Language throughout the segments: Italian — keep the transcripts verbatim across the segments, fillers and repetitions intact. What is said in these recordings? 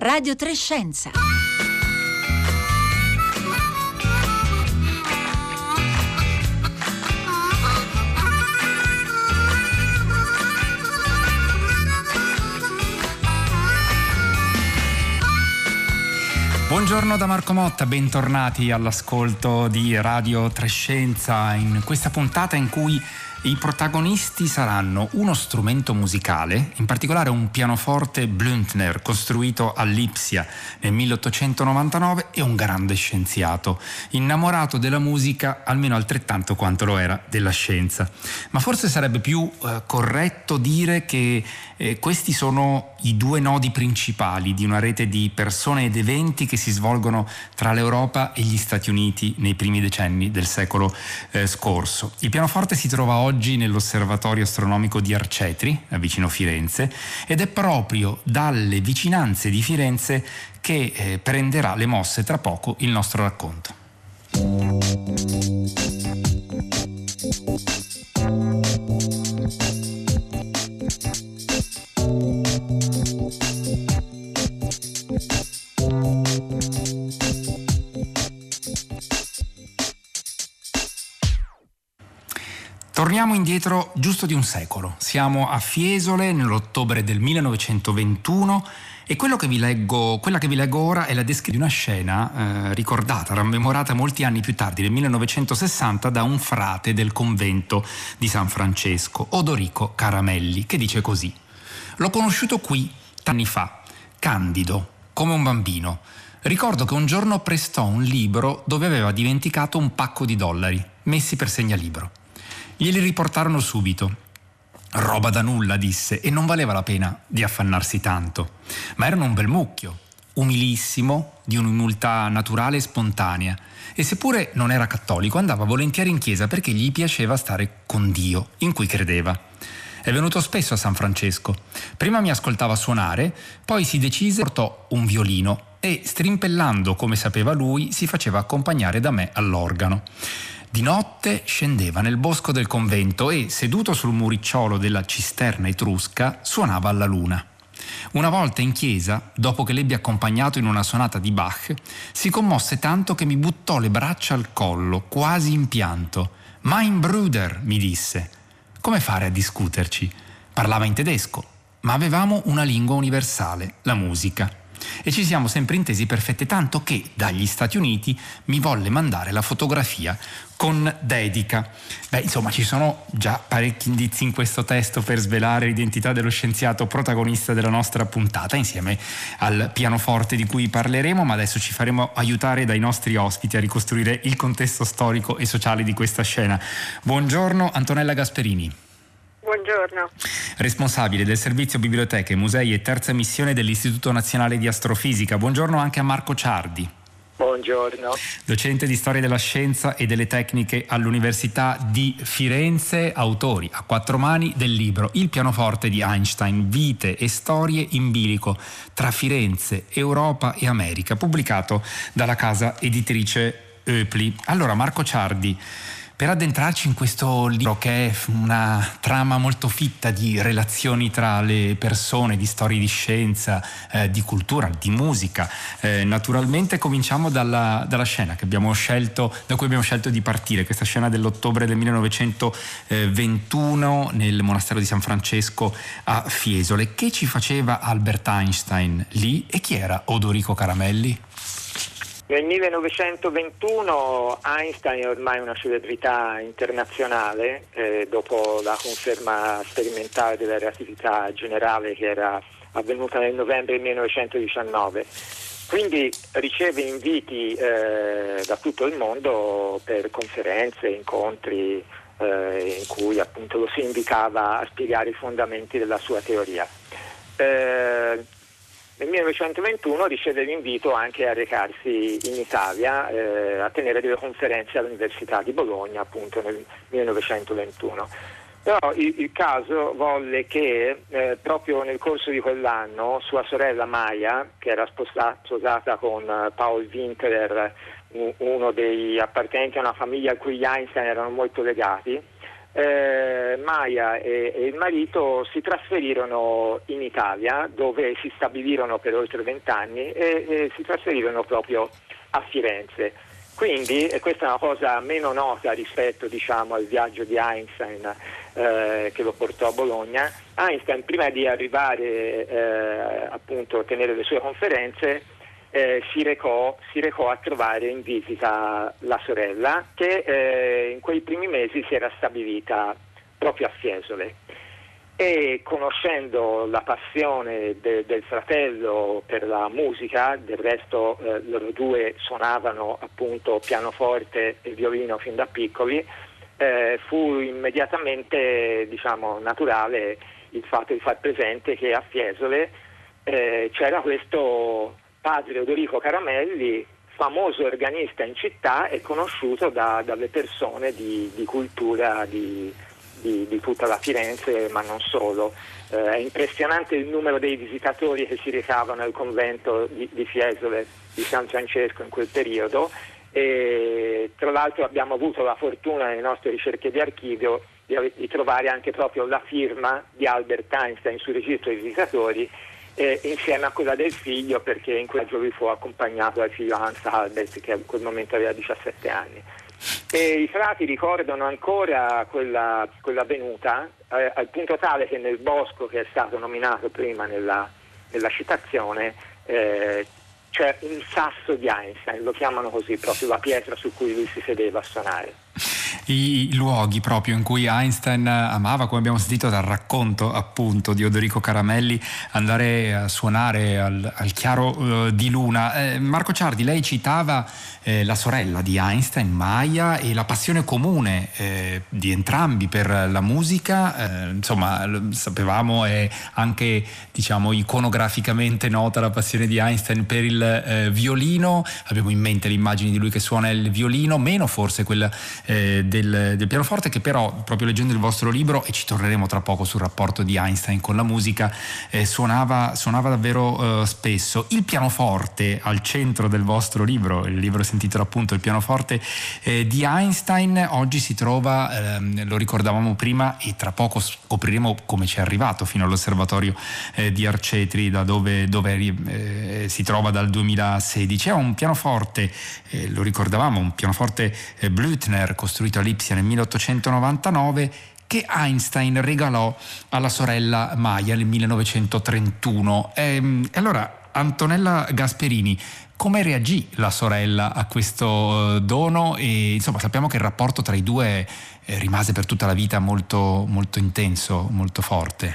Radio tre Scienza. Buongiorno da Marco Motta, bentornati all'ascolto di Radio tre Scienza in questa puntata in cui i protagonisti saranno uno strumento musicale, in particolare un pianoforte Blüthner costruito a Lipsia nel milleottocentonovantanove, e un grande scienziato, innamorato della musica almeno altrettanto quanto lo era della scienza. Ma forse sarebbe più eh, corretto dire che eh, questi sono i due nodi principali di una rete di persone ed eventi che si svolgono tra l'Europa e gli Stati Uniti nei primi decenni del secolo eh, scorso. Il pianoforte si trova oggi oggi nell'osservatorio astronomico di Arcetri, vicino Firenze, ed è proprio dalle vicinanze di Firenze che eh, prenderà le mosse tra poco il nostro racconto. Torniamo indietro giusto di un secolo. Siamo a Fiesole nell'ottobre del millenovecentoventuno e quello che vi leggo, quella che vi leggo ora è la descrizione di una scena eh, ricordata, rammemorata molti anni più tardi, nel millenovecentosessanta, da un frate del convento di San Francesco, Odorico Caramelli, che dice così: «L'ho conosciuto qui anni fa, candido, come un bambino. Ricordo che un giorno prestò un libro dove aveva dimenticato un pacco di dollari, messi per segnalibro. Glieli riportarono subito. Roba da nulla, disse, e non valeva la pena di affannarsi tanto. Ma erano un bel mucchio, umilissimo, di un'umiltà naturale e spontanea. E seppure non era cattolico, andava volentieri in chiesa perché gli piaceva stare con Dio, in cui credeva. È venuto spesso a San Francesco. Prima mi ascoltava suonare, poi si decise, portò un violino e, strimpellando come sapeva lui, si faceva accompagnare da me all'organo. Di notte scendeva nel bosco del convento e, seduto sul muricciolo della cisterna etrusca, suonava alla luna. Una volta in chiesa, dopo che l'ebbi accompagnato in una sonata di Bach, si commosse tanto che mi buttò le braccia al collo, quasi in pianto. Mein Bruder, mi disse. Come fare a discuterci? Parlava in tedesco, ma avevamo una lingua universale, la musica. E ci siamo sempre intesi perfette, tanto che dagli Stati Uniti mi volle mandare la fotografia con dedica. Beh, insomma, ci sono già parecchi indizi in questo testo per svelare l'identità dello scienziato protagonista della nostra puntata, insieme al pianoforte di cui parleremo, ma adesso ci faremo aiutare dai nostri ospiti a ricostruire il contesto storico e sociale di questa scena. Buongiorno Antonella Gasperini. Buongiorno. Responsabile del servizio biblioteche, musei e terza missione dell'Istituto Nazionale di Astrofisica. Buongiorno anche a Marco Ciardi. Buongiorno. Docente di storia della scienza e delle tecniche all'Università di Firenze, autori a quattro mani del libro Il pianoforte di Einstein, vite e storie in bilico tra Firenze, Europa e America, pubblicato dalla casa editrice Oepli. Allora, Marco Ciardi, per addentrarci in questo libro che è una trama molto fitta di relazioni tra le persone, di storie di scienza, eh, di cultura, di musica, eh, naturalmente cominciamo dalla, dalla scena che abbiamo scelto, da cui abbiamo scelto di partire, questa scena dell'ottobre del millenovecentoventuno nel monastero di San Francesco a Fiesole. Che ci faceva Albert Einstein lì e chi era Odorico Caramelli? Nel millenovecentoventuno Einstein è ormai una celebrità internazionale, eh, dopo la conferma sperimentale della relatività generale che era avvenuta nel novembre del millenovecentodiciannove. Quindi riceve inviti eh, da tutto il mondo per conferenze, incontri eh, in cui appunto lo si invitava a spiegare i fondamenti della sua teoria. Eh, Nel millenovecentoventuno riceve l'invito anche a recarsi in Italia, eh, a tenere delle conferenze all'Università di Bologna, appunto nel millenovecentoventuno. Però il, il caso volle che eh, proprio nel corso di quell'anno sua sorella Maya, che era sposa, sposata con uh, Paul Winteler, un, uno dei appartenenti a una famiglia a cui gli Einstein erano molto legati, eh, Maya e, e il marito si trasferirono in Italia, dove si stabilirono per oltre vent'anni e, e si trasferirono proprio a Firenze. Quindi, e questa è una cosa meno nota rispetto, diciamo, al viaggio di Einstein eh, che lo portò a Bologna, Einstein, prima di arrivare eh, appunto a tenere le sue conferenze, eh, si, recò, si recò a trovare in visita la sorella, che eh, in quei primi mesi si era stabilita proprio a Fiesole. E conoscendo la passione de, del fratello per la musica, del resto eh, loro due suonavano appunto pianoforte e violino fin da piccoli, eh, fu immediatamente, diciamo, naturale il fatto di far presente che a Fiesole eh, c'era questo padre Odorico Caramelli, famoso organista in città e conosciuto da, dalle persone di, di cultura di Di, di tutta la Firenze, ma non solo. Eh, è impressionante il numero dei visitatori che si recavano al convento di, di Fiesole di San Francesco in quel periodo, e tra l'altro abbiamo avuto la fortuna nelle nostre ricerche di archivio di, di trovare anche proprio la firma di Albert Einstein sul registro dei visitatori eh, insieme a quella del figlio, perché in quel giorno lui fu accompagnato dal figlio Hans Albert, che in quel momento aveva diciassette anni. E i frati ricordano ancora quella, quella venuta eh, al punto tale che nel bosco che è stato nominato prima nella, nella citazione eh, c'è un sasso di Einstein, lo chiamano così, proprio la pietra su cui lui si sedeva a suonare. I luoghi proprio in cui Einstein amava, come abbiamo sentito dal racconto appunto di Odorico Caramelli, andare a suonare al, al chiaro uh, di luna. Eh, Marco Ciardi, lei citava eh, la sorella di Einstein, Maya, e la passione comune eh, di entrambi per la musica. Eh, insomma, sapevamo è anche, diciamo, iconograficamente nota la passione di Einstein per il eh, violino. Abbiamo in mente le immagini di lui che suona il violino, meno forse quella eh, Del, del pianoforte, che però, proprio leggendo il vostro libro, e ci torneremo tra poco sul rapporto di Einstein con la musica, eh, suonava, suonava davvero eh, spesso. Il pianoforte al centro del vostro libro, il libro si intitola appunto Il pianoforte eh, di Einstein, oggi si trova, ehm, lo ricordavamo prima, e tra poco scopriremo come ci è arrivato fino all'osservatorio eh, di Arcetri, da dove, dove eh, si trova dal duemilasedici. È un pianoforte, eh, lo ricordavamo, un pianoforte eh, Blüthner, costruito a Lipsia nel milleottocentonovantanove, che Einstein regalò alla sorella Maya nel millenovecentotrentuno. E, e allora, Antonella Gasperini, come reagì la sorella a questo dono? E insomma, sappiamo che il rapporto tra i due eh, rimase per tutta la vita molto, molto intenso, molto forte.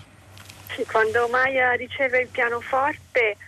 Sì, quando Maya riceve il pianoforte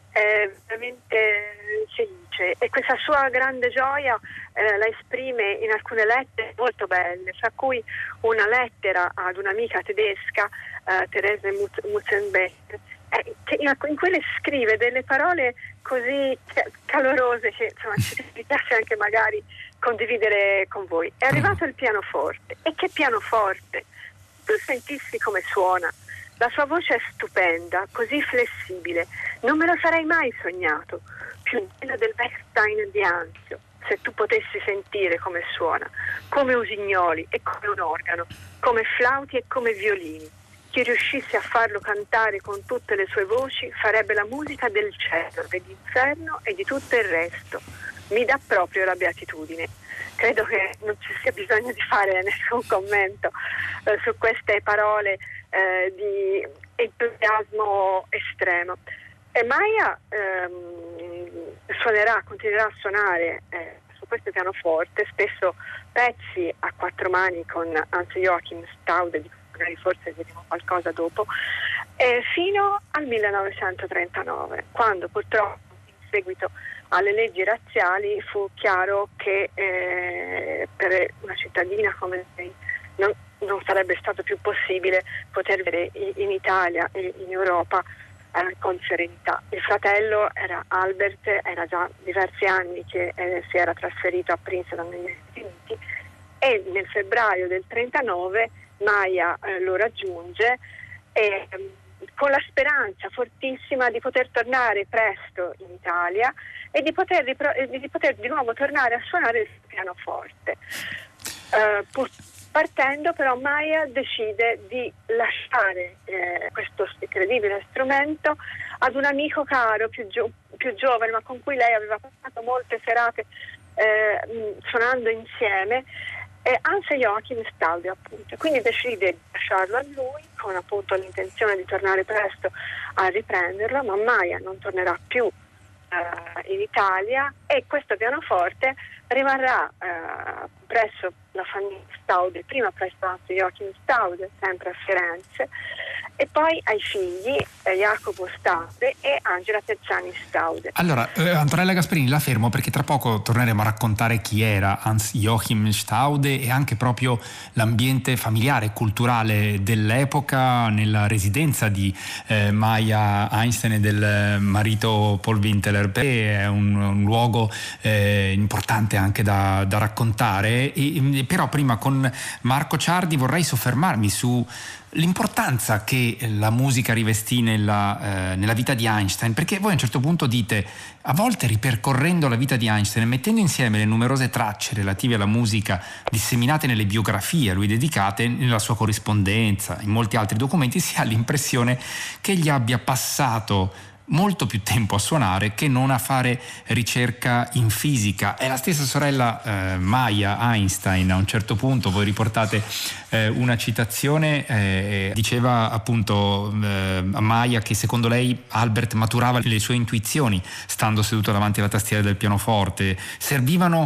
è veramente felice, e questa sua grande gioia eh, la esprime in alcune lettere molto belle, fra cui una lettera ad un'amica tedesca, eh, Therese Mutzenbeck, eh, che in, in quelle scrive delle parole così calorose che, insomma, ci piace anche magari condividere con voi. È arrivato il pianoforte, e che pianoforte! Tu sentissi come suona. La sua voce è stupenda, così flessibile. Non me lo sarei mai sognato. Più bello del Bechstein di Anzio. Se tu potessi sentire come suona, come usignoli e come un organo, come flauti e come violini. Chi riuscisse a farlo cantare con tutte le sue voci farebbe la musica del cielo, dell'inferno e di tutto il resto. Mi dà proprio la beatitudine. Credo che non ci sia bisogno di fare nessun commento eh, su queste parole Eh, di entusiasmo estremo. E Maya ehm, suonerà, continuerà a suonare eh, su questo pianoforte spesso pezzi a quattro mani con Hans Joachim Staude, di cui magari forse vedremo qualcosa dopo, eh, fino al millenovecentotrentanove, quando purtroppo, in seguito alle leggi razziali, fu chiaro che eh, per una cittadina come lei non non sarebbe stato più possibile poter vedere in Italia e in Europa eh, con serenità. Il fratello era Albert, era già diversi anni che eh, si era trasferito a Princeton negli Stati Uniti, e nel febbraio del trentanove Maya eh, lo raggiunge e, con la speranza fortissima di poter tornare presto in Italia e di poter, di poter di nuovo tornare a suonare il pianoforte. Uh, pur- Partendo però Maya decide di lasciare eh, questo incredibile strumento ad un amico caro più, gio- più giovane, ma con cui lei aveva passato molte serate eh, suonando insieme, eh, Hans Joachim Staude appunto. Quindi decide di lasciarlo a lui con appunto l'intenzione di tornare presto a riprenderlo, ma Maya non tornerà più eh, in Italia e questo pianoforte rimarrà eh, presso la famiglia Staude, prima presso Hans Joachim Staude, sempre a Firenze, e poi ai figli eh, Jacopo Staude e Angela Terzani Staude. Allora, eh, Antonella Gasperini, la fermo perché tra poco torneremo a raccontare chi era Hans Joachim Staude e anche proprio l'ambiente familiare e culturale dell'epoca nella residenza di eh, Maya Einstein e del marito Paul Winteler. È un, un luogo eh, importante anche da, da raccontare, e, però prima con Marco Ciardi vorrei soffermarmi su l'importanza che la musica rivestì nella, eh, nella vita di Einstein, perché voi a un certo punto dite, a volte ripercorrendo la vita di Einstein e mettendo insieme le numerose tracce relative alla musica disseminate nelle biografie a lui dedicate, nella sua corrispondenza, in molti altri documenti, si ha l'impressione che egli abbia passato molto più tempo a suonare che non a fare ricerca in fisica. È la stessa sorella eh, Maya Einstein, a un certo punto voi riportate eh, una citazione, eh, diceva appunto eh, a Maya che secondo lei Albert maturava le sue intuizioni stando seduto davanti alla tastiera del pianoforte. Servivano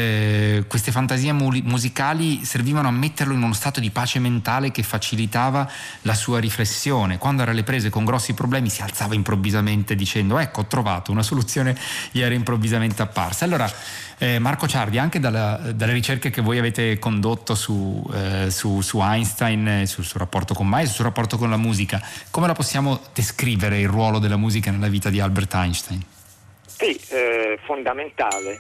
eh, queste fantasie mu- musicali servivano a metterlo in uno stato di pace mentale che facilitava la sua riflessione. Quando era alle prese con grossi problemi si alzava improvvisamente dicendo ecco ho trovato una soluzione, gli era improvvisamente apparsa. Allora eh, Marco Ciardi, anche dalla, dalle ricerche che voi avete condotto su, eh, su, su Einstein, eh, sul suo rapporto con Maya, sul suo rapporto con la musica, come la possiamo descrivere il ruolo della musica nella vita di Albert Einstein? Sì, eh, fondamentale,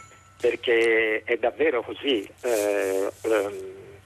perché è davvero così. Eh, ehm,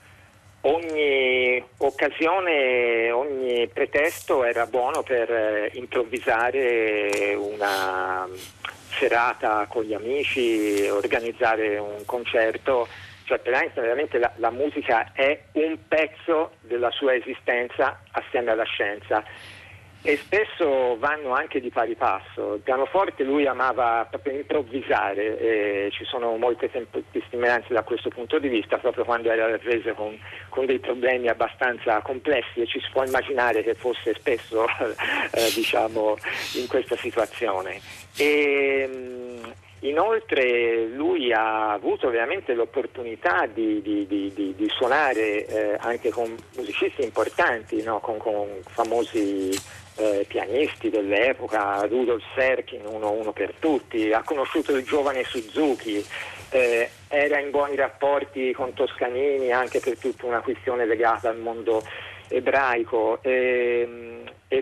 Ogni occasione, ogni pretesto era buono per eh, improvvisare una serata con gli amici, organizzare un concerto. Cioè per Einstein veramente la, la musica è un pezzo della sua esistenza assieme alla scienza. E spesso vanno anche di pari passo. Il pianoforte lui amava proprio improvvisare, e ci sono molte testimonianze da questo punto di vista, proprio quando era alle prese con, con dei problemi abbastanza complessi, e ci si può immaginare che fosse spesso eh, diciamo in questa situazione. E, mh, inoltre lui ha avuto veramente l'opportunità di, di, di, di, di suonare eh, anche con musicisti importanti, no? con, con famosi Eh, pianisti dell'epoca, Rudolf Serkin, uno, uno per tutti, ha conosciuto il giovane Suzuki, eh, era in buoni rapporti con Toscanini anche per tutta una questione legata al mondo ebraico, e, e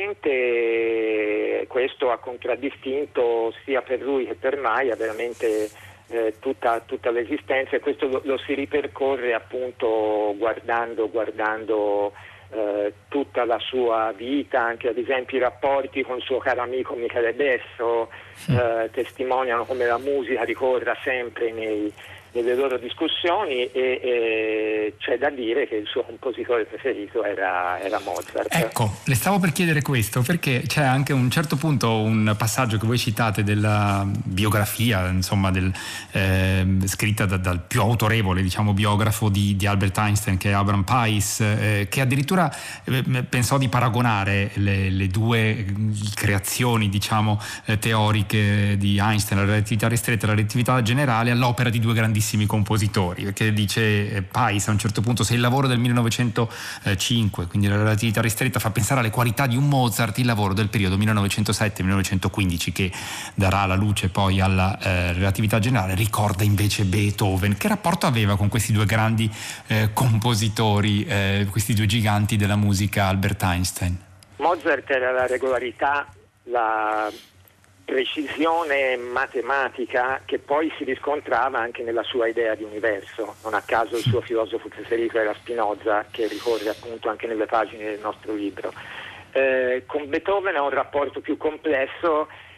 veramente questo ha contraddistinto sia per lui che per Maya veramente eh, tutta, tutta l'esistenza, e questo lo, lo si ripercorre appunto guardando guardando Eh, tutta la sua vita, anche ad esempio i rapporti con il suo caro amico Michele Besso eh, testimoniano come la musica ricorra sempre nei, nelle loro discussioni, e, e c'è da dire che il suo compositore preferito era, era Mozart. Ecco, le stavo per chiedere questo, perché c'è anche un certo punto un passaggio che voi citate della biografia, insomma, del, eh, scritta da, dal più autorevole, diciamo, biografo di, di Albert Einstein, che è Abraham Pais, eh, che addirittura eh, pensò di paragonare le, le due creazioni, diciamo, eh, teoriche di Einstein, la relatività ristretta e la relatività generale, all'opera di due grandissimi compositori, perché dice Pais a un certo punto: se il lavoro del millenovecentocinque, quindi la relatività ristretta, fa pensare alle qualità di un Mozart, il lavoro del periodo millenovecentosette millenovecentoquindici, che darà la luce poi alla eh, relatività generale, ricorda invece Beethoven. Che rapporto aveva con questi due grandi eh, compositori, eh, questi due giganti della musica, Albert Einstein? Mozart era la regolarità, la precisione matematica che poi si riscontrava anche nella sua idea di universo. Non a caso il suo filosofo preferito era Spinoza, che ricorre appunto anche nelle pagine del nostro libro. Eh, con Beethoven ha un rapporto più complesso,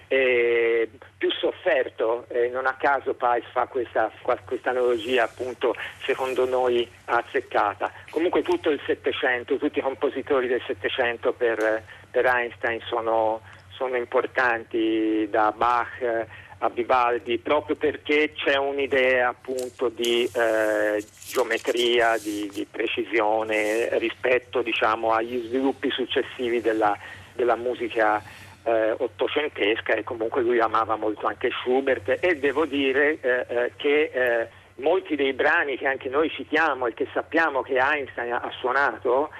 eh, più sofferto, eh, non a caso Pais fa questa, questa analogia appunto secondo noi azzeccata. Comunque tutto il Settecento, tutti i compositori del Settecento per, per Einstein sono, sono importanti, da Bach a Vivaldi, proprio perché c'è un'idea appunto di eh, geometria, di, di precisione rispetto, diciamo, agli sviluppi successivi della, della musica eh, ottocentesca, e comunque lui amava molto anche Schubert, e devo dire eh, eh, che eh, molti dei brani che anche noi citiamo e che sappiamo che Einstein ha suonato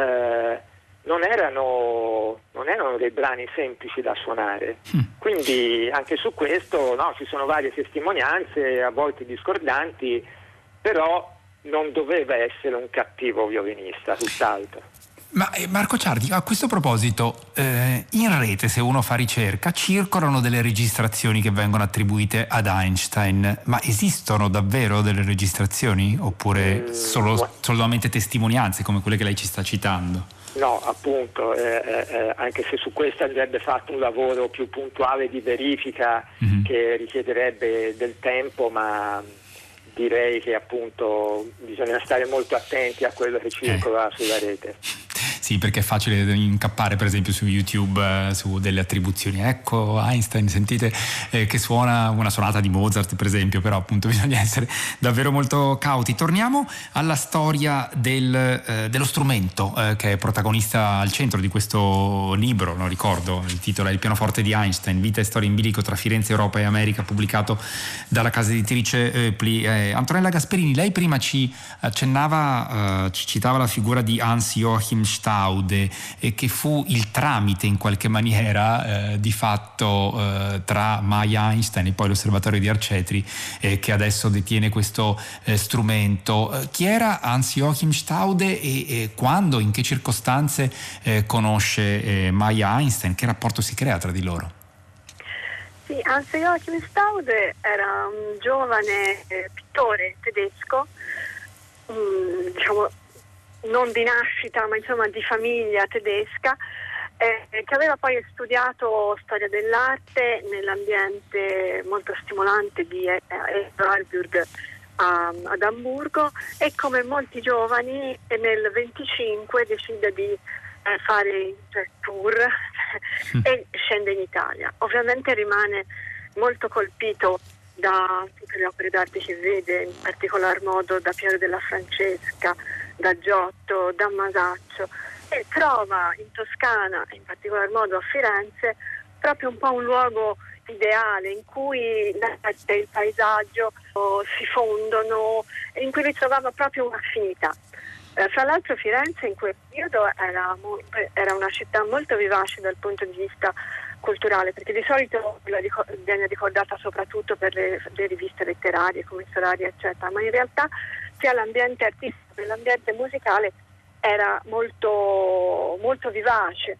eh, non erano, non erano dei brani semplici da suonare. Mm. Quindi anche su questo, no, ci sono varie testimonianze, a volte discordanti, però non doveva essere un cattivo violinista, tutt'altro. Ma eh, Marco Ciardi, a questo proposito, eh, in rete, se uno fa ricerca, circolano delle registrazioni che vengono attribuite ad Einstein, ma esistono davvero delle registrazioni? Oppure mm, solo, no. solamente testimonianze come quelle che lei ci sta citando? No, appunto, eh, eh, anche se su questo andrebbe fatto un lavoro più puntuale di verifica mm-hmm. che richiederebbe del tempo, ma direi che appunto bisogna stare molto attenti a quello che circola eh. sulla rete. Sì, perché è facile incappare per esempio su YouTube eh, su delle attribuzioni. Ecco Einstein, sentite eh, che suona una sonata di Mozart per esempio, però appunto bisogna essere davvero molto cauti. Torniamo alla storia del, eh, dello strumento eh, che è protagonista al centro di questo libro, non ricordo, il titolo è Il pianoforte di Einstein, vita e storia in bilico tra Firenze, Europa e America, pubblicato dalla casa editrice Oepli. Eh, Antonella Gasperini, lei prima ci accennava, eh, ci citava la figura di Hans Joachim Staude, e che fu il tramite in qualche maniera eh, di fatto eh, tra Maya Einstein e poi l'osservatorio di Arcetri eh, che adesso detiene questo eh, strumento. Eh, chi era Hans Joachim Staude e, e quando, in che circostanze eh, conosce eh, Maya Einstein? Che rapporto si crea tra di loro? Sì, Hans Joachim Staude era un giovane eh, pittore tedesco, um, diciamo non di nascita, ma insomma di famiglia tedesca, eh, che aveva poi studiato storia dell'arte nell'ambiente molto stimolante di Warburg a, ad Amburgo, e come molti giovani nel venticinque decide di eh, fare il tour e scende in Italia. Ovviamente rimane molto colpito da tutte le opere d'arte che vede, in particolar modo da Piero della Francesca, da Giotto, da Masaccio, e trova in Toscana, in particolar modo a Firenze, proprio un po' un luogo ideale in cui l'arte e il paesaggio si fondono e in cui lui trovava proprio un'affinità. Eh, fra l'altro Firenze in quel periodo era, era una città molto vivace dal punto di vista culturale, perché di solito la ricor- viene ricordata soprattutto per le, le riviste letterarie, commensalarie, eccetera, ma in realtà sia l'ambiente artistico che l'ambiente musicale era molto, molto vivace.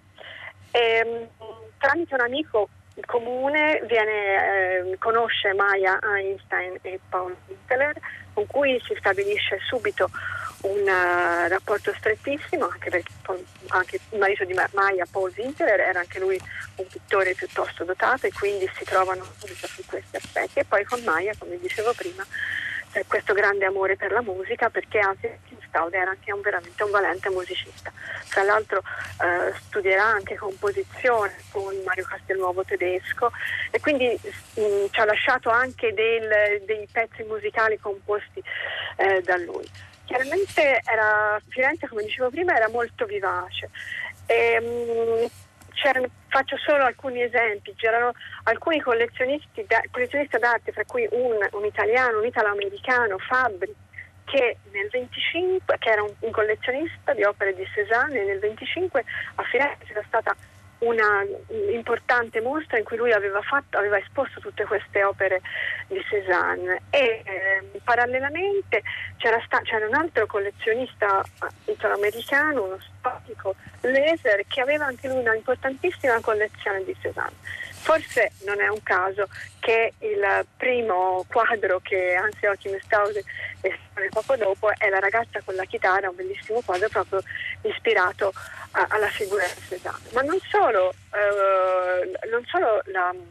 E, tramite un amico comune viene, eh, conosce Maya Einstein e Paul Winteler, con cui si stabilisce subito un uh, rapporto strettissimo, anche perché anche il marito di Maya, Paul Winteler, era anche lui un pittore piuttosto dotato, e quindi si trovano subito su questi aspetti. E poi con Maya, come dicevo prima, c'è questo grande amore per la musica, perché anzi Staude era anche un, veramente un valente musicista. Tra l'altro eh, studierà anche composizione con Mario Castelnuovo tedesco, e quindi mh, ci ha lasciato anche del, dei pezzi musicali composti eh, da lui. Chiaramente era, Firenze, come dicevo prima, era molto vivace. E, mh, faccio solo alcuni esempi. C'erano alcuni collezionisti da, collezionisti d'arte, fra cui un, un italiano, un italo-americano, Fabbri, che nel venticinque, che era un, un collezionista di opere di Cézanne, e nel venticinque a Firenze c'era stata una importante mostra in cui lui aveva fatto, aveva esposto tutte queste opere di Cézanne, e eh, parallelamente c'era, sta, c'era un altro collezionista italo-americano, uno storico, Laser, che aveva anche lui una importantissima collezione di Cézanne. Forse non è un caso che il primo quadro che Hans Joachim Staude espone poco dopo è La ragazza con la chitarra, un bellissimo quadro proprio ispirato a, alla figura di Cézanne. Ma non solo, eh, non solo la,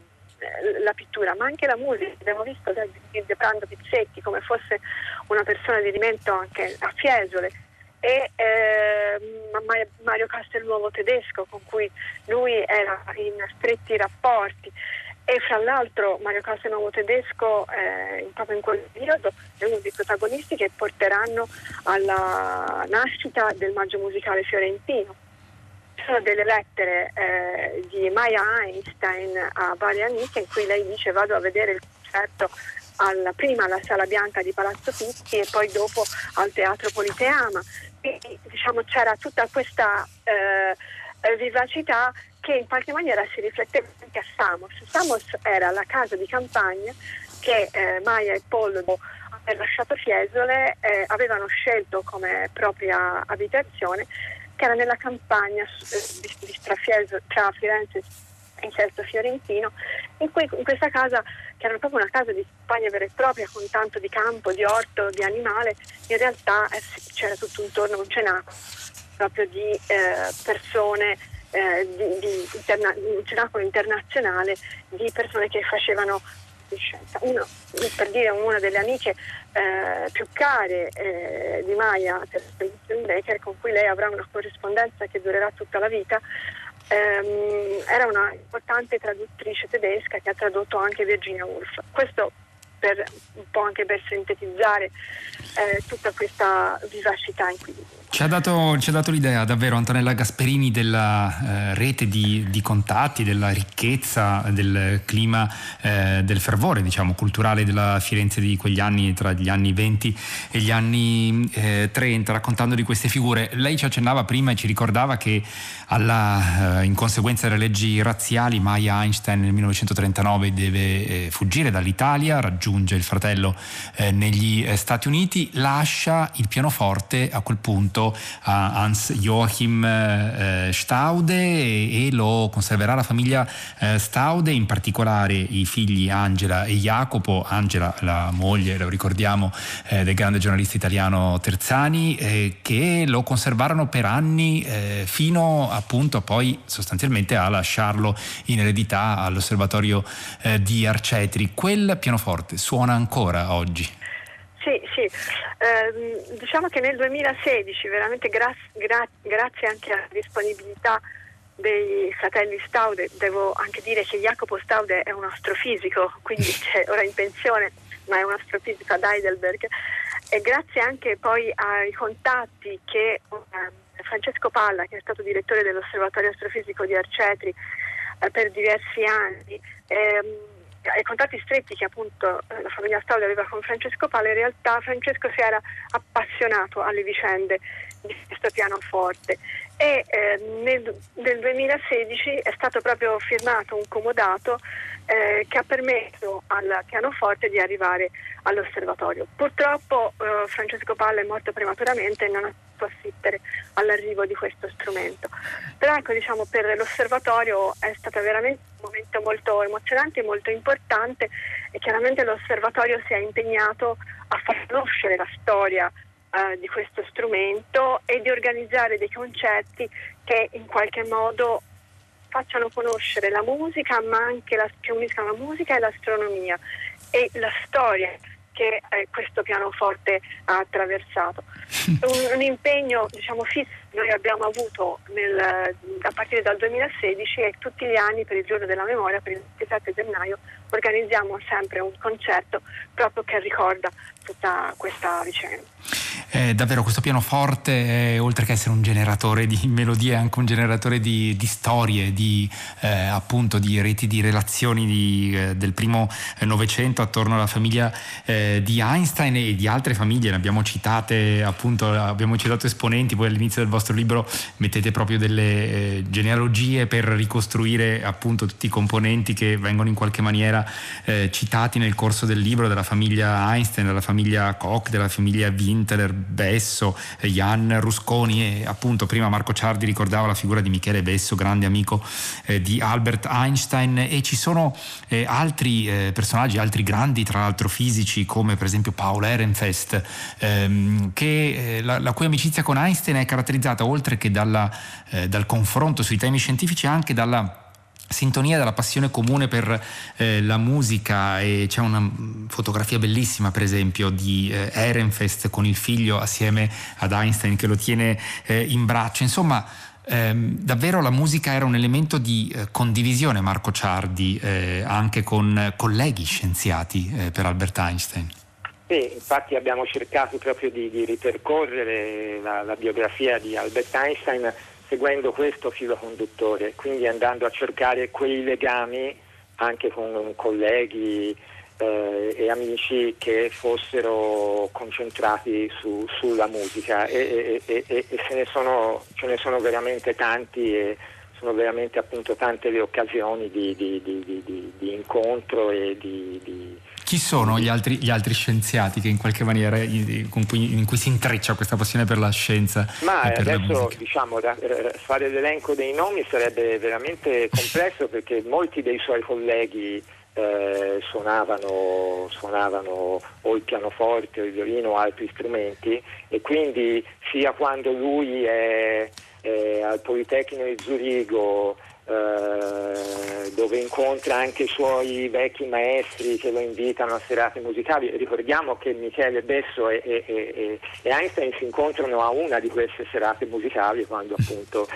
la pittura, ma anche la musica. Abbiamo visto Deprando Pizzetti come fosse una persona di riferimento anche a Fiesole, e eh, Mario Castelnuovo Tedesco, con cui lui era in stretti rapporti. E fra l'altro Mario Castelnuovo Tedesco eh, proprio in quel periodo è uno dei protagonisti che porteranno alla nascita del Maggio Musicale Fiorentino. Ci sono delle lettere eh, di Maya Einstein a varie amiche in cui lei dice: vado a vedere il concerto alla, prima alla Sala Bianca di Palazzo Pitti e poi dopo al Teatro Politeama. Quindi diciamo c'era tutta questa eh, vivacità che in qualche maniera si rifletteva anche a Samos. Samos era la casa di campagna che eh, Maya e Paul, dopo aver lasciato Fiesole, eh, avevano scelto come propria abitazione, che era nella campagna eh, di, di tra, Fiesole, tra Firenze e Sesto Fiorentino, in cui in questa casa, che era proprio una casa di campagna vera e propria, con tanto di campo, di orto, di animale, in realtà eh, c'era tutto intorno un cenacolo proprio di eh, persone, eh, di, di interna- un cenacolo internazionale di persone che facevano scienza. Uno, per dire, una delle amiche eh, più care eh, di Maya, Becker, con cui lei avrà una corrispondenza che durerà tutta la vita, ehm, era una importante traduttrice tedesca che ha tradotto anche Virginia Woolf. Questo per un po' anche per sintetizzare eh, tutta questa vivacità in cui Ci ha dato, ci ha dato l'idea davvero Antonella Gasperini della eh, rete di, di contatti, della ricchezza, del clima, eh, del fervore, diciamo, culturale della Firenze di quegli anni, tra gli anni venti e gli anni eh, trenta, raccontando di queste figure. Lei ci accennava prima e ci ricordava che alla, eh, in conseguenza delle leggi razziali Maya Einstein nel millenovecentotrentanove deve eh, fuggire dall'Italia, raggiunge il fratello eh, negli eh, Stati Uniti, lascia il pianoforte a quel punto a Hans Joachim eh, Staude e, e lo conserverà la famiglia eh, Staude, in particolare i figli Angela e Jacopo. Angela, la moglie, lo ricordiamo, eh, del grande giornalista italiano Terzani, eh, che lo conservarono per anni eh, fino appunto poi sostanzialmente a lasciarlo in eredità all'osservatorio eh, di Arcetri. Quel pianoforte suona ancora oggi? Sì, sì, eh, diciamo che nel duemilasedici, veramente gra- gra- grazie anche alla disponibilità dei fratelli Staude, devo anche dire che Jacopo Staude è un astrofisico, quindi è ora in pensione, ma è un astrofisico ad Heidelberg, e grazie anche poi ai contatti che eh, Francesco Palla, che è stato direttore dell'Osservatorio Astrofisico di Arcetri eh, per diversi anni, ehm, ai contatti stretti che appunto la famiglia Staude aveva con Francesco Palla, in realtà Francesco si era appassionato alle vicende di questo pianoforte e eh, nel, nel duemilasedici è stato proprio firmato un comodato eh, che ha permesso al pianoforte di arrivare all'osservatorio. Purtroppo eh, Francesco Palla è morto prematuramente e non ha potuto assistere all'arrivo di questo strumento. Però ecco, diciamo, per l'osservatorio è stato veramente un momento molto emozionante e molto importante, e chiaramente l'osservatorio si è impegnato a far conoscere la storia eh, di questo strumento e di organizzare dei concerti che in qualche modo facciano conoscere la musica, ma anche la, che uniscano la musica e l'astronomia e la storia che eh, questo pianoforte ha attraversato. Un, un impegno, diciamo, fisso noi abbiamo avuto nel, a partire dal duemilasedici, e tutti gli anni per il giorno della memoria, per il ventisette gennaio, organizziamo sempre un concerto proprio che ricorda tutta questa vicenda. Eh, davvero questo pianoforte, eh, oltre che essere un generatore di melodie, è anche un generatore di, di storie, di eh, appunto di reti di relazioni di, eh, del primo Novecento attorno alla famiglia eh, di Einstein e di altre famiglie. Ne abbiamo citate, appunto, abbiamo citato esponenti. Poi all'inizio del vostro libro mettete proprio delle eh, genealogie per ricostruire appunto tutti i componenti che vengono in qualche maniera eh, citati nel corso del libro, della famiglia Einstein, della famiglia Koch, della famiglia Winteler, Besso, Jan Rusconi, e appunto prima Marco Ciardi ricordava la figura di Michele Besso, grande amico eh, di Albert Einstein, e ci sono eh, altri eh, personaggi, altri grandi tra l'altro fisici, come per esempio Paul Ehrenfest, ehm, che eh, la, la cui amicizia con Einstein è caratterizzata, oltre che dalla, eh, dal confronto sui temi scientifici, anche dalla sintonia, dalla passione comune per eh, la musica, e c'è una fotografia bellissima per esempio di eh, Ehrenfest con il figlio assieme ad Einstein che lo tiene eh, in braccio. Insomma, ehm, davvero la musica era un elemento di eh, condivisione, Marco Ciardi, eh, anche con colleghi scienziati eh, per Albert Einstein. Sì, infatti abbiamo cercato proprio di, di ripercorrere la, la biografia di Albert Einstein seguendo questo filo conduttore, quindi andando a cercare quei legami anche con colleghi eh, e amici che fossero concentrati su, sulla musica e, e, e, e se ne sono, ce ne sono veramente tanti, e sono veramente appunto tante le occasioni di, di, di, di, di incontro e di, di Chi sono gli altri, gli altri scienziati che in qualche maniera con cui, in cui si intreccia questa passione per la scienza? Ma e per adesso diciamo fare l'elenco dei nomi sarebbe veramente complesso, perché molti dei suoi colleghi eh, suonavano, suonavano o il pianoforte o il violino o altri strumenti, e quindi sia quando lui è, è al Politecnico di Zurigo, Uh, dove incontra anche i suoi vecchi maestri che lo invitano a serate musicali. Ricordiamo che Michele Besso e, e, e, e Einstein si incontrano a una di queste serate musicali, quando appunto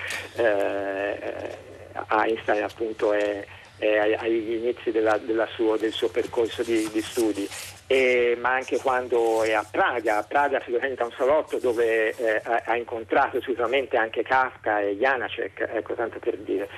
uh, Einstein appunto è, è agli inizi della, della suo, del suo percorso di, di studi. E, ma anche quando è a Praga, a Praga si presenta un salotto dove eh, ha incontrato sicuramente anche Kafka e Janacek, ecco, tanto per dire.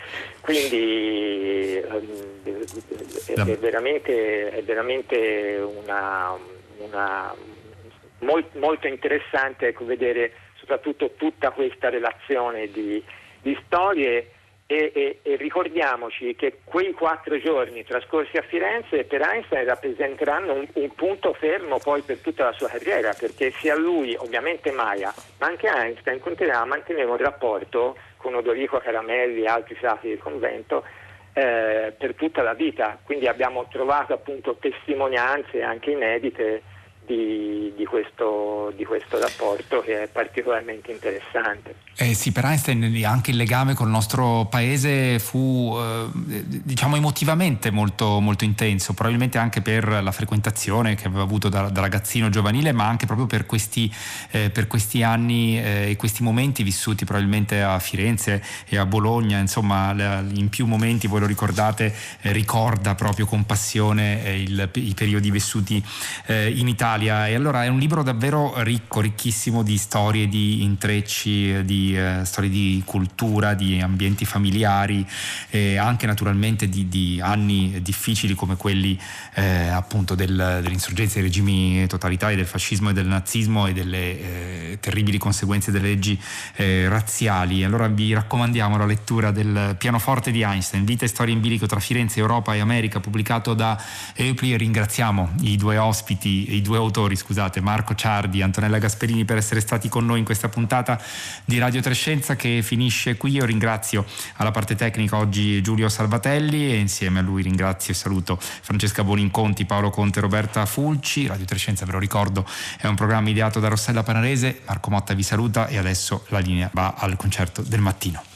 Quindi um, è, è veramente, è veramente una, una molt, molto interessante, ecco, vedere soprattutto tutta questa relazione di, di storie. E, e, e ricordiamoci che quei quattro giorni trascorsi a Firenze per Einstein rappresenteranno un, un punto fermo poi per tutta la sua carriera, perché sia lui, ovviamente Maya, ma anche Einstein continuerà a mantenere un rapporto con Odorico Caramelli e altri frati del convento eh, per tutta la vita. Quindi abbiamo trovato appunto testimonianze anche inedite Di, di, questo, di questo rapporto, che è particolarmente interessante. Eh sì, per Einstein anche il legame col nostro paese fu eh, diciamo emotivamente molto, molto intenso, probabilmente anche per la frequentazione che aveva avuto da, da ragazzino giovanile, ma anche proprio per questi, eh, per questi anni e eh, questi momenti vissuti probabilmente a Firenze e a Bologna. Insomma, in più momenti, voi lo ricordate, eh, ricorda proprio con passione eh, il, i periodi vissuti eh, in Italia. E allora è un libro davvero ricco, ricchissimo di storie, di intrecci, di eh, storie di cultura, di ambienti familiari, e anche naturalmente di, di anni difficili come quelli eh, appunto del, dell'insorgenza dei regimi totalitari, del fascismo e del nazismo, e delle eh, terribili conseguenze delle leggi eh, razziali. Allora vi raccomandiamo la lettura del Pianoforte di Einstein, Vita e storia in bilico tra Firenze, Europa e America, pubblicato da Eupli. Ringraziamo i due ospiti, i due autori, scusate, Marco Ciardi e Antonella Gasperini, per essere stati con noi in questa puntata di Radio Trescenza, che finisce qui. Io ringrazio alla parte tecnica oggi Giulio Salvatelli, e insieme a lui ringrazio e saluto Francesca Boninconti, Paolo Conte e Roberta Fulci. Radio Trescenza, ve lo ricordo, è un programma ideato da Rossella Panarese. Marco Motta vi saluta, e adesso la linea va al concerto del mattino.